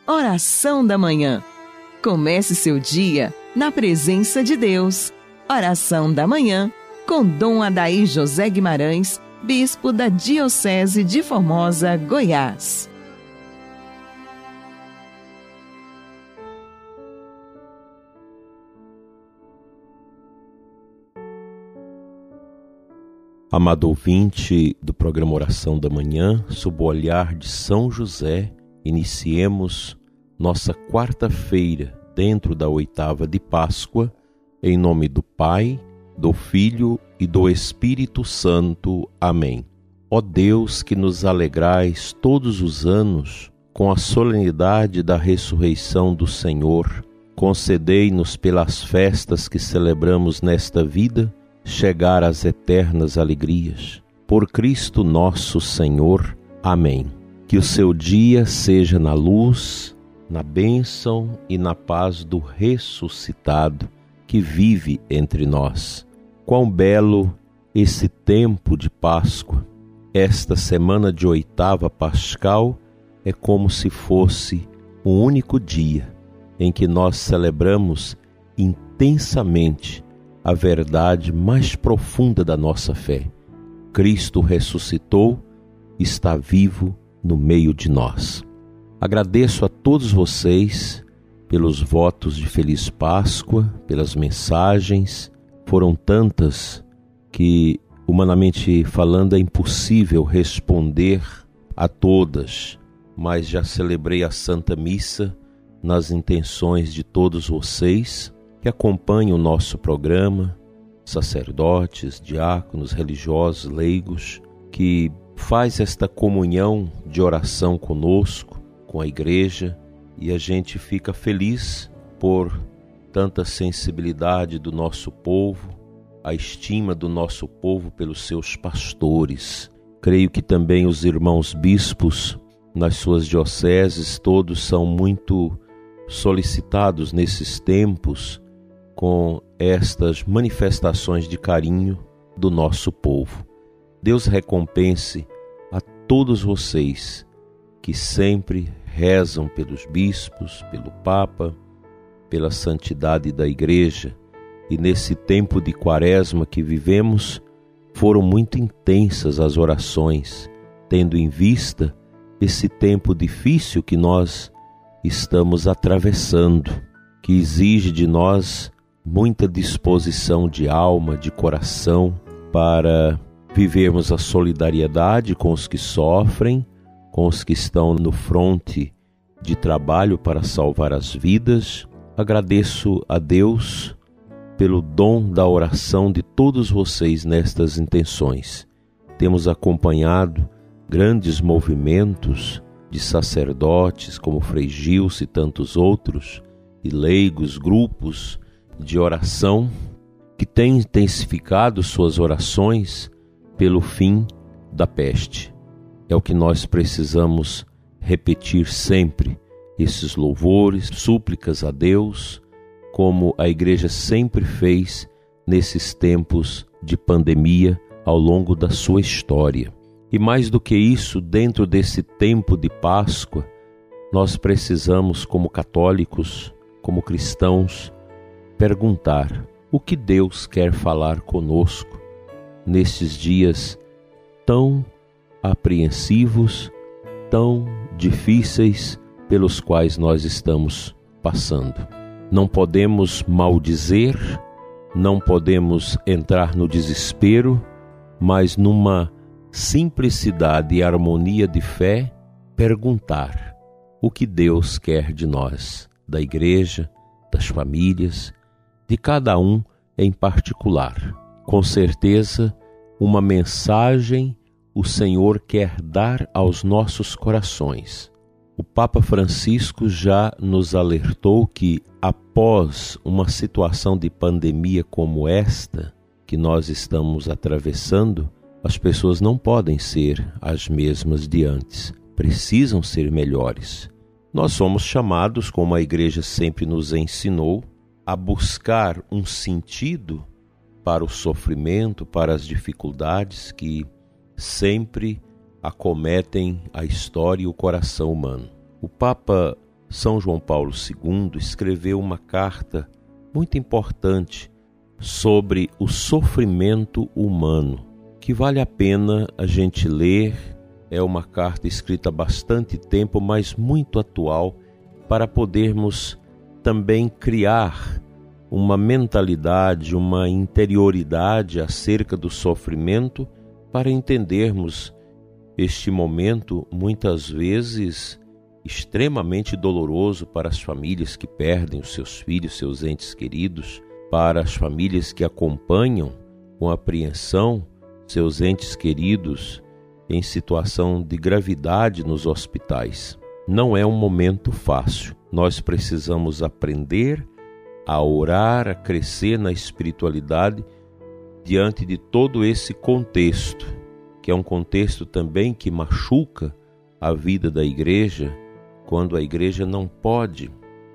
Oração da Manhã. Comece seu dia na presença de Deus. Oração da Manhã com Dom Adair José Guimarães, Bispo da Diocese de Formosa, Goiás. Amado ouvinte do programa Oração da Manhã, sob o olhar de São José, iniciemos nossa quarta-feira dentro da oitava de Páscoa, em nome do Pai, do Filho e do Espírito Santo. Amém. Ó Deus, que nos alegrais todos os anos com a solenidade da ressurreição do Senhor, concedei-nos pelas festas que celebramos nesta vida, chegar às eternas alegrias. Por Cristo nosso Senhor. Amém. Que o seu dia seja na luz, na bênção e na paz do ressuscitado que vive entre nós. Quão belo esse tempo de Páscoa! Esta semana de oitava pascal é como se fosse um único dia em que nós celebramos intensamente a verdade mais profunda da nossa fé. Cristo ressuscitou, está vivo no meio de nós. Agradeço a todos vocês pelos votos de Feliz Páscoa, pelas mensagens. Foram tantas que, humanamente falando, é impossível responder a todas, mas já celebrei a Santa Missa nas intenções de todos vocês que acompanham o nosso programa, sacerdotes, diáconos, religiosos, leigos, que faz esta comunhão de oração conosco, com a igreja, e a gente fica feliz por tanta sensibilidade do nosso povo, a estima do nosso povo pelos seus pastores. Creio que também os irmãos bispos nas suas dioceses, todos são muito solicitados nesses tempos com estas manifestações de carinho do nosso povo. Deus recompense a todos vocês que sempre rezam pelos bispos, pelo Papa, pela santidade da Igreja. E nesse tempo de Quaresma que vivemos, foram muito intensas as orações, tendo em vista esse tempo difícil que nós estamos atravessando, que exige de nós muita disposição de alma, de coração, para vivermos a solidariedade com os que sofrem, com os que estão no fronte de trabalho para salvar as vidas. Agradeço a Deus pelo dom da oração de todos vocês nestas intenções. Temos acompanhado grandes movimentos de sacerdotes como Frei Gilson e tantos outros, e leigos, grupos de oração que têm intensificado suas orações pelo fim da peste. É o que nós precisamos repetir sempre, esses louvores, súplicas a Deus, como a Igreja sempre fez nesses tempos de pandemia ao longo da sua história. E mais do que isso, dentro desse tempo de Páscoa, nós precisamos, como católicos, como cristãos, perguntar o que Deus quer falar conosco nesses dias tão apreensivos, tão difíceis pelos quais nós estamos passando. Não podemos maldizer, não podemos entrar no desespero, mas numa simplicidade e harmonia de fé, perguntar o que Deus quer de nós, da igreja, das famílias, de cada um em particular. Com certeza, uma mensagem o Senhor quer dar aos nossos corações. O Papa Francisco já nos alertou que, após uma situação de pandemia como esta que nós estamos atravessando, as pessoas não podem ser as mesmas de antes, precisam ser melhores. Nós somos chamados, como a Igreja sempre nos ensinou, a buscar um sentido para o sofrimento, para as dificuldades que sempre acometem a história e o coração humano. O Papa São João Paulo II escreveu uma carta muito importante sobre o sofrimento humano, que vale a pena a gente ler. É uma carta escrita há bastante tempo, mas muito atual, para podermos também criar uma mentalidade, uma interioridade acerca do sofrimento, para entendermos este momento, muitas vezes, extremamente doloroso para as famílias que perdem os seus filhos, seus entes queridos, para as famílias que acompanham com apreensão seus entes queridos em situação de gravidade nos hospitais. Não é um momento fácil. Nós precisamos aprender a orar, a crescer na espiritualidade diante de todo esse contexto, que é um contexto também que machuca a vida da igreja, quando a igreja não pode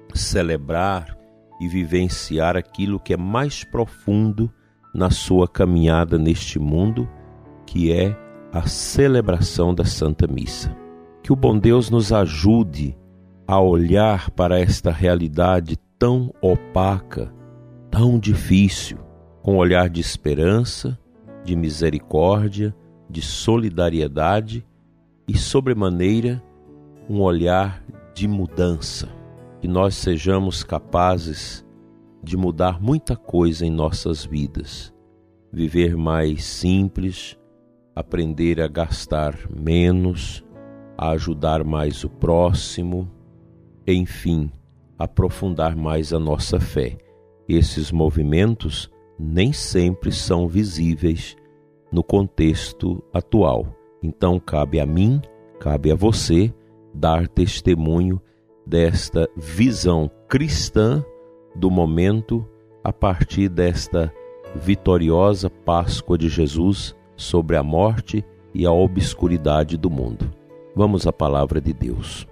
celebrar e vivenciar aquilo que é mais profundo na sua caminhada neste mundo, que é a celebração da Santa Missa. Que o bom Deus nos ajude a olhar para esta realidade tão opaca, tão difícil, com um olhar de esperança, de misericórdia, de solidariedade e, sobremaneira, um olhar de mudança. Que nós sejamos capazes de mudar muita coisa em nossas vidas, viver mais simples, aprender a gastar menos, a ajudar mais o próximo, enfim, aprofundar mais a nossa fé. Esses movimentos nem sempre são visíveis no contexto atual. Então cabe a mim, cabe a você dar testemunho desta visão cristã do momento a partir desta vitoriosa Páscoa de Jesus sobre a morte e a obscuridade do mundo. Vamos à palavra de Deus.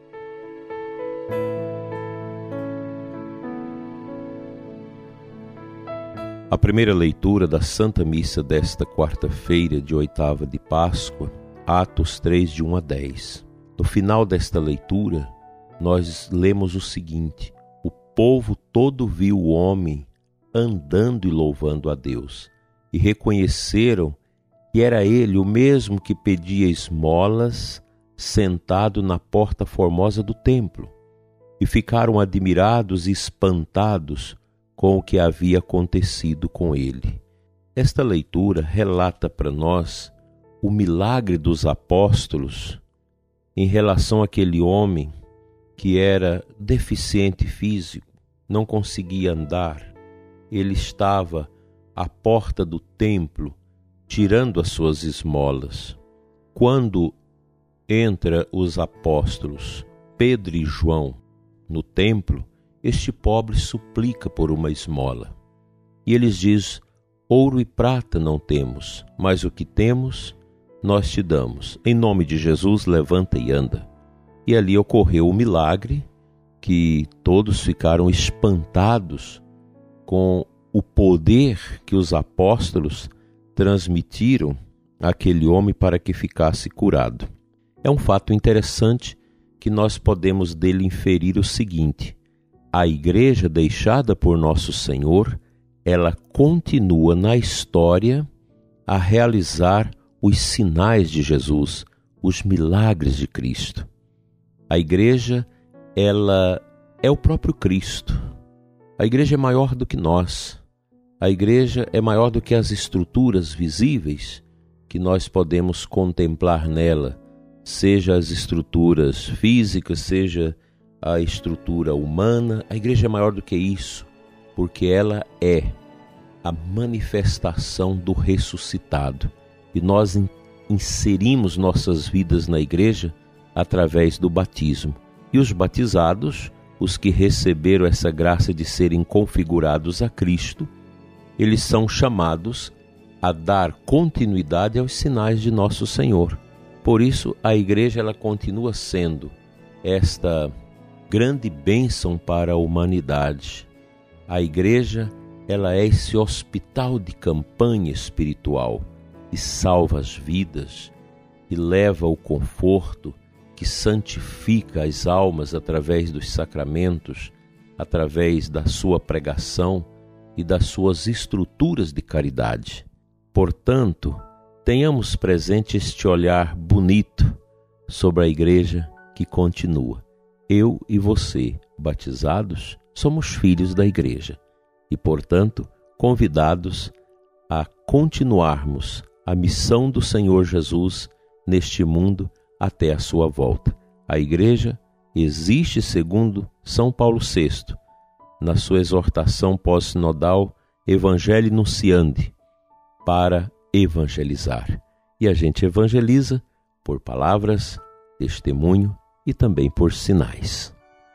A primeira leitura da Santa Missa desta quarta-feira de oitava de Páscoa, Atos 3, de 1 a 10. No final desta leitura, nós lemos o seguinte: o povo todo viu o homem andando e louvando a Deus, e reconheceram que era ele o mesmo que pedia esmolas sentado na porta formosa do templo, e ficaram admirados e espantados com o que havia acontecido com ele. Esta leitura relata para nós o milagre dos apóstolos em relação àquele homem que era deficiente físico, não conseguia andar. Ele estava à porta do templo, tirando as suas esmolas. Quando entra os apóstolos Pedro e João no templo, este pobre suplica por uma esmola. E eles dizem: ouro e prata não temos, mas o que temos nós te damos. Em nome de Jesus, levanta e anda. E ali ocorreu o milagre, que todos ficaram espantados com o poder que os apóstolos transmitiram àquele homem para que ficasse curado. É um fato interessante que nós podemos dele inferir o seguinte: a igreja deixada por Nosso Senhor, ela continua na história a realizar os sinais de Jesus, os milagres de Cristo. A igreja, ela é o próprio Cristo. A igreja é maior do que nós. A igreja é maior do que as estruturas visíveis que nós podemos contemplar nela, seja as estruturas físicas, seja a estrutura humana. A igreja é maior do que isso, porque ela é a manifestação do ressuscitado. E nós inserimos nossas vidas na igreja através do batismo. E os batizados, os que receberam essa graça de serem configurados a Cristo, eles são chamados a dar continuidade aos sinais de Nosso Senhor. Por isso, a igreja ela continua sendo esta grande bênção para a humanidade. A igreja ela é esse hospital de campanha espiritual que salva as vidas, que leva o conforto, que santifica as almas através dos sacramentos, através da sua pregação e das suas estruturas de caridade. Portanto, tenhamos presente este olhar bonito sobre a igreja que continua. Eu e você, batizados, somos filhos da igreja e, portanto, convidados a continuarmos a missão do Senhor Jesus neste mundo até a sua volta. A igreja existe segundo São Paulo VI, na sua exortação pós-sinodal Evangelii Nunciandi, para evangelizar. E a gente evangeliza por palavras, testemunho e também por sinais.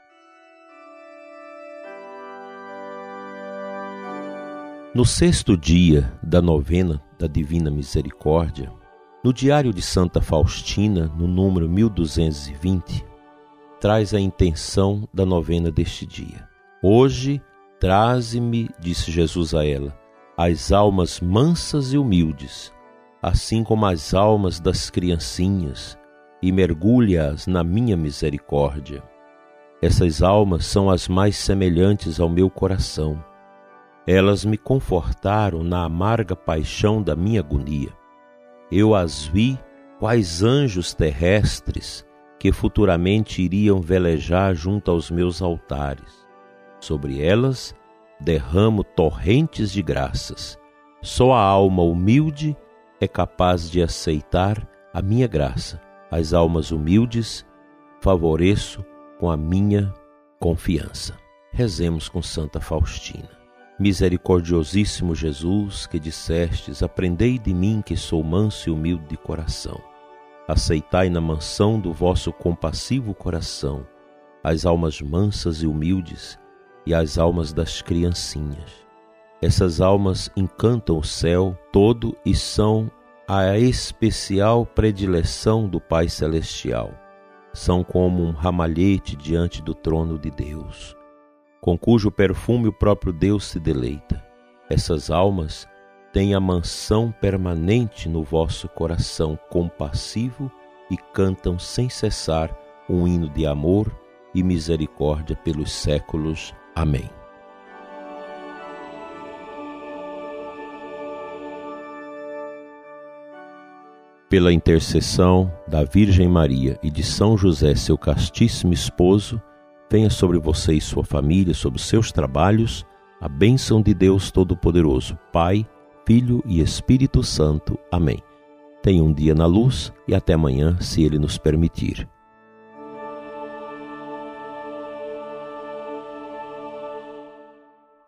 No 6º dia da novena da Divina Misericórdia, no Diário de Santa Faustina, no número 1220, traz a intenção da novena deste dia. Hoje, traze-me, disse Jesus a ela, as almas mansas e humildes, assim como as almas das criancinhas, e mergulha-as na minha misericórdia. Essas almas são as mais semelhantes ao meu coração. Elas me confortaram na amarga paixão da minha agonia. Eu as vi quais anjos terrestres que futuramente iriam velejar junto aos meus altares. Sobre elas derramo torrentes de graças. Só a alma humilde é capaz de aceitar a minha graça. As almas humildes favoreço com a minha confiança. Rezemos com Santa Faustina. Misericordiosíssimo Jesus, que dissestes, aprendei de mim que sou manso e humilde de coração. Aceitai na mansão do vosso compassivo coração as almas mansas e humildes e as almas das criancinhas. Essas almas encantam o céu todo e são a especial predileção do Pai Celestial. São como um ramalhete diante do trono de Deus, com cujo perfume o próprio Deus se deleita. Essas almas têm a mansão permanente no vosso coração compassivo e cantam sem cessar um hino de amor e misericórdia pelos séculos. Amém. Pela intercessão da Virgem Maria e de São José, seu castíssimo esposo, venha sobre você e sua família, sobre os seus trabalhos, a bênção de Deus Todo-Poderoso, Pai, Filho e Espírito Santo. Amém. Tenha um dia na luz e até amanhã, se Ele nos permitir.